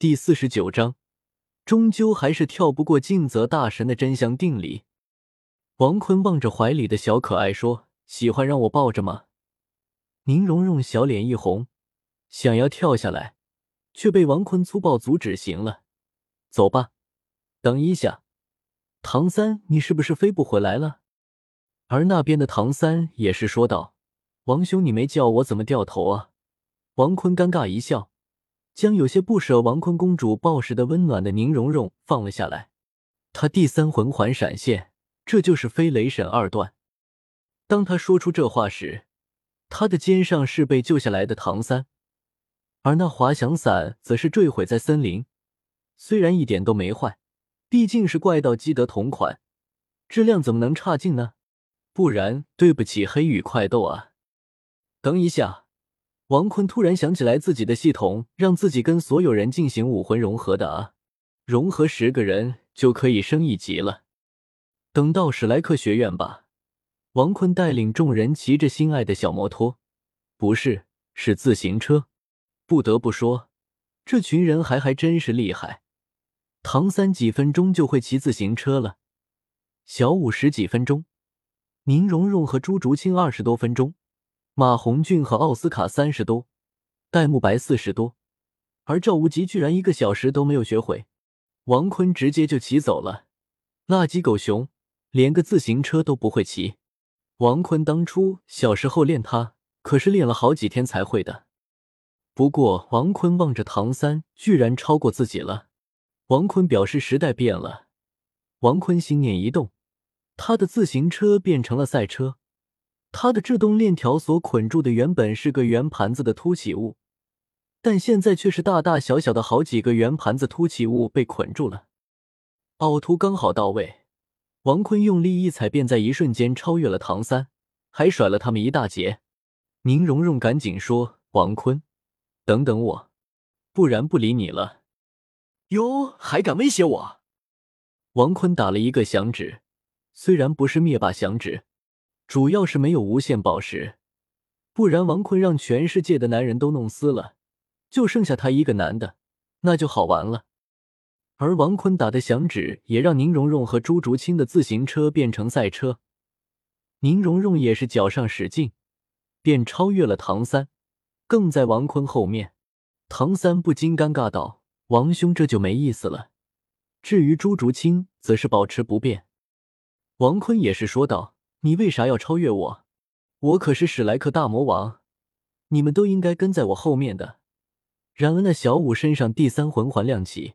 第49章，终究还是跳不过尽责大神的真香定理。王坤望着怀里的小可爱说：“喜欢让我抱着吗？”宁荣荣小脸一红，想要跳下来，却被王坤粗暴阻止。行了，走吧。等一下，唐三，你是不是飞不回来了？而那边的唐三也是说道：“王兄，你没叫我怎么掉头啊？”王坤尴尬一笑，将有些不舍王坤公主抱时的温暖的宁荣荣放了下来。他第三魂环闪现，这就是飞雷神二段。当他说出这话时，他的肩上是被救下来的唐三，而那滑翔伞则是坠毁在森林。虽然一点都没坏，毕竟是怪盗基德同款，质量怎么能差劲呢？不然对不起黑羽快斗啊。等一下，王坤突然想起来自己的系统让自己跟所有人进行武魂融合的啊，融合10个人就可以升1级了。等到史莱克学院吧。王坤带领众人骑着心爱的小摩托，不是，是自行车。不得不说，这群人还真是厉害。唐三几分钟就会骑自行车了，小五10几分钟，宁荣荣和朱竹清20多分钟，马红俊和奥斯卡30多，戴沐白40多，而赵无极居然1个小时都没有学会。王坤直接就骑走了，垃圾狗熊，连个自行车都不会骑。王坤当初小时候练他，可是练了好几天才会的。不过王坤望着唐三居然超过自己了，王坤表示时代变了。王坤心念一动，他的自行车变成了赛车，他的制动链条所捆住的原本是个圆盘子的凸起物，但现在却是大大小小的好几个圆盘子凸起物被捆住了。凹凸刚好到位，王坤用力一踩，便在一瞬间超越了唐三，还甩了他们一大截。宁荣荣赶紧说：“王坤，等等我，不然不理你了。” 哟，还敢威胁我？ 王坤打了一个响指，虽然不是灭霸响指，主要是没有无限宝石，不然王坤让全世界的男人都弄死了，就剩下他一个男的，那就好玩了。而王坤打的响指也让宁荣荣和朱竹清的自行车变成赛车，宁荣荣也是脚上使劲，便超越了唐三，更在王坤后面。唐三不禁尴尬道：“王兄，这就没意思了。”至于朱竹清则是保持不变。王坤也是说道：“你为啥要超越我？我可是史莱克大魔王，你们都应该跟在我后面的。”然而那小五身上第三魂环亮起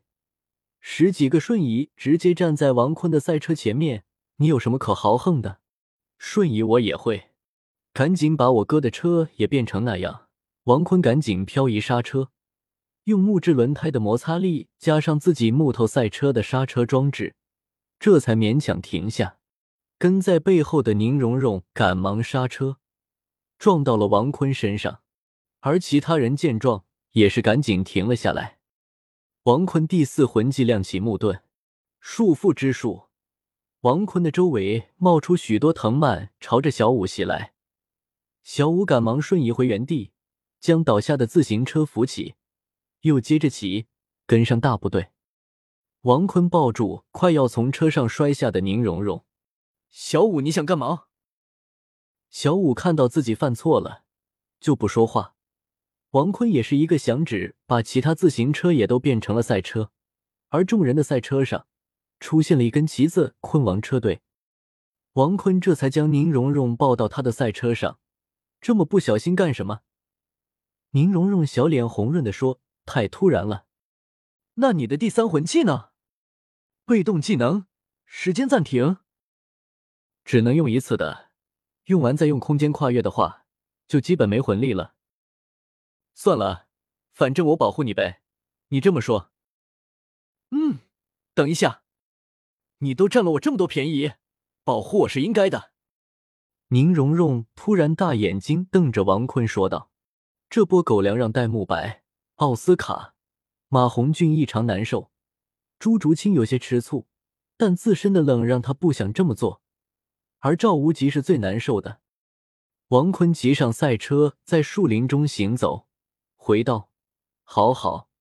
，10几个瞬移直接站在王坤的赛车前面，你有什么可豪横的？瞬移我也会，赶紧把我哥的车也变成那样。王坤赶紧漂移刹车，用木质轮胎的摩擦力加上自己木头赛车的刹车装置，这才勉强停下。跟在背后的宁荣荣赶忙刹车，撞到了王坤身上，而其他人见状也是赶紧停了下来。王坤第4魂技亮起木盾，束缚之术。王坤的周围冒出许多藤蔓，朝着小五袭来。小五赶忙瞬移回原地，将倒下的自行车扶起，又接着骑，跟上大部队。王坤抱住快要从车上摔下的宁荣荣：“ 小五，你想干嘛？” 小五看到自己犯错了，就不说话。王坤也是一个响指，把其他自行车也都变成了赛车，而众人的赛车上出现了一根旗子，坤王车队。王坤这才将宁荣荣抱到他的赛车上，这么不小心干什么？宁荣荣小脸红润地说：“太突然了。” 那你的第三魂技呢？被动技能，时间暂停。 只能用一次的，用完再用空间跨越的话，就基本没魂力了。算了，反正我保护你呗，你这么说。 等一下，你都占了我这么多便宜，保护我是应该的。 宁荣荣突然大眼睛瞪着王坤说道。这波狗粮让戴沐白、奥斯卡、马红俊异常难受，朱竹清有些吃醋，但自身的冷让他不想这么做，而赵无极是最难受的。王坤骑上赛车在树林中行走，回道：“好好，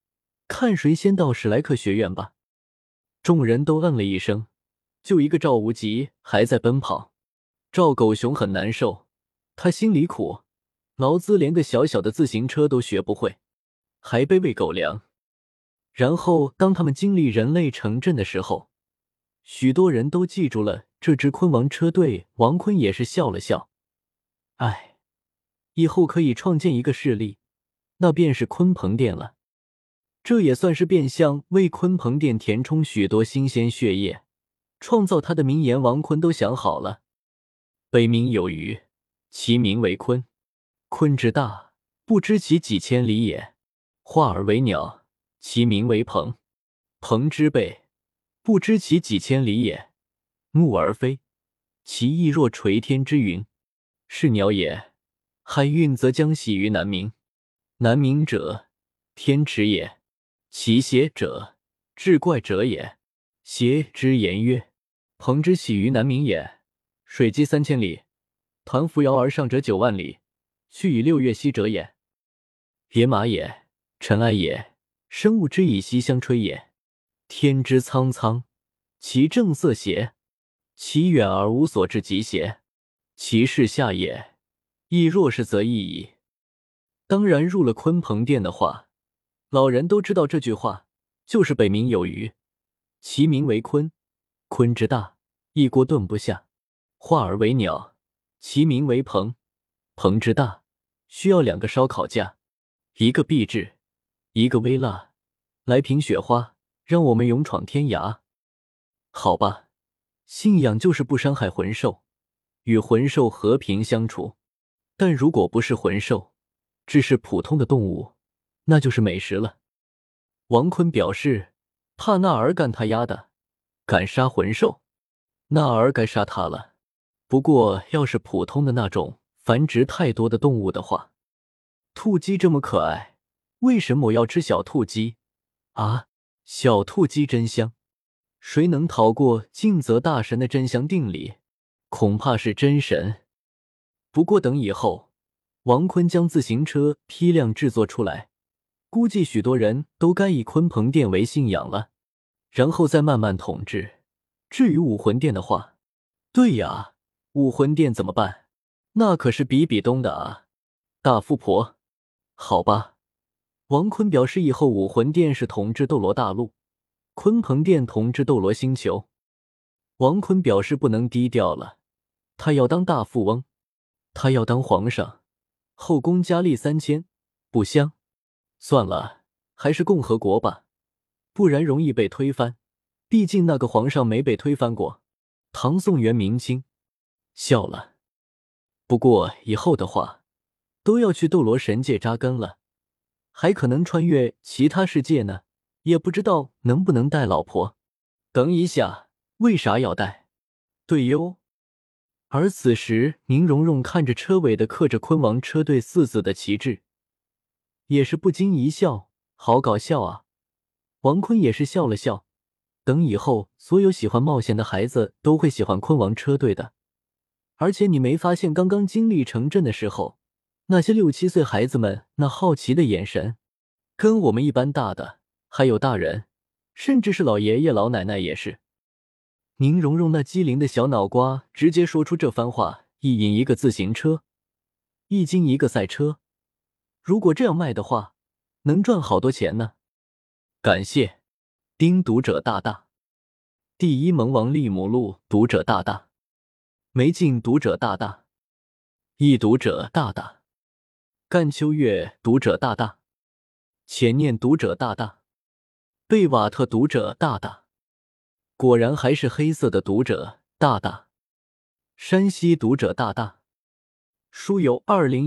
看谁先到史莱克学院吧。众人都嗯了一声，就一个赵无极还在奔跑。赵狗熊很难受，他心里苦，劳资连个小小的自行车都学不会，还被喂狗粮。然后当他们经历人类城镇的时候，许多人都记住了这支昆王车队。王坤也是笑了笑，唉，以后可以创建一个势力，那便是鲲鹏殿了。这也算是变相为鲲鹏殿填充许多新鲜血液，创造他的名言。王坤都想好了：北冥有鱼，其名为鲲。鲲之大，不知其几千里也；化而为鸟，其名为鹏。鹏之背，不知其几千里也；木而飞，其翼若垂天之云。是鸟也，海运则将徙于南冥。南冥者，天池也。其邪者，志怪者也。邪之言曰：鹏之徙于南冥也，水击3000里，抟扶摇而上者9万里，去以6月息者也。野马也，尘埃也，生物之以息相吹也。天之苍苍，其正色邪？其远而无所至极邪？其势下也，亦若是则异矣。当然入了鲲鹏殿的话，老人都知道这句话就是北冥有鱼，其名为鲲。鲲之大，一锅炖不下；化而为鸟，其名为鹏。鹏之大，需要2个烧烤架，一个秘制，一个微辣，来瓶雪花，让我们勇闯天涯。好吧，信仰就是不伤害魂兽，与魂兽和平相处。但如果不是魂兽，只是普通的动物，那就是美食了。王坤表示，怕纳尔干他丫的，敢杀魂兽，纳尔该杀他了。不过要是普通的那种繁殖太多的动物的话，兔鸡这么可爱，为什么我要吃小兔鸡啊？小兔鸡真香，谁能逃过尽责大神的真香定理，恐怕是真神。不过等以后王坤将自行车批量制作出来，估计许多人都该以鲲鹏殿为信仰了，然后再慢慢统治。至于武魂殿的话，对呀，武魂殿怎么办？那可是比比东的啊，大富婆。好吧，王坤表示以后武魂殿是统治斗罗大陆，鲲鹏殿统治斗罗星球。王坤表示不能低调了，他要当大富翁，他要当皇上，后宫佳丽3000，不香。算了，还是共和国吧，不然容易被推翻。毕竟那个皇上没被推翻过，唐宋元明清。笑了。不过以后的话，都要去斗罗神界扎根了，还可能穿越其他世界呢，也不知道能不能带老婆。等一下，为啥要带？对哟。而此时宁荣荣看着车尾的刻着鲲王车队4字的旗帜，也是不禁一笑，好搞笑啊。王坤也是笑了笑，等以后所有喜欢冒险的孩子都会喜欢鲲王车队的。而且你没发现刚刚经历城镇的时候，那些6、7岁孩子们那好奇的眼神，跟我们一般大的，还有大人，甚至是老爷爷老奶奶也是。宁荣荣那机灵的小脑瓜直接说出这番话，一银一个自行车，一金一个赛车，如果这样卖的话，能赚好多钱呢。感谢丁读者大大，第一萌王利姆路读者大大，没进读者大大，一读者大大，干秋月读者大大，浅念读者大大，贝瓦特读者大大，果然还是黑色的读者大大，山西读者大大，书友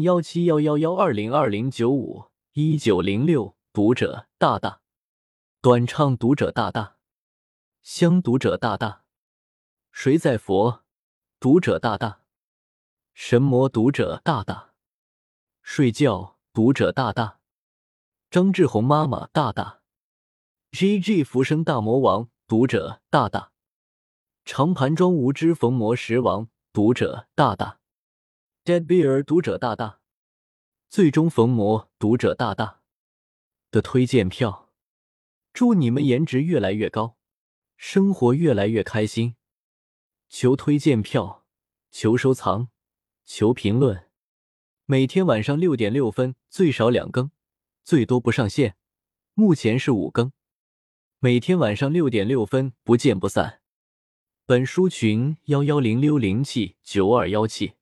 201711112020951906读者大大，短唱读者大大，香读者大大，谁在佛读者大大，神魔读者大大，睡觉读者大大，张志宏妈妈大大， GG 浮生大魔王读者大大，长盘庄无知逢魔石王读者大大， Dead Beer 读者大大，最终逢魔读者大大的推荐票。 祝你们颜值越来越高，生活越来越开心。求推荐票，求收藏，求评论。每天晚上6点6分，最少2更，最多不上线。目前是5更。每天晚上6点6分，不见不散。本书群1106079217。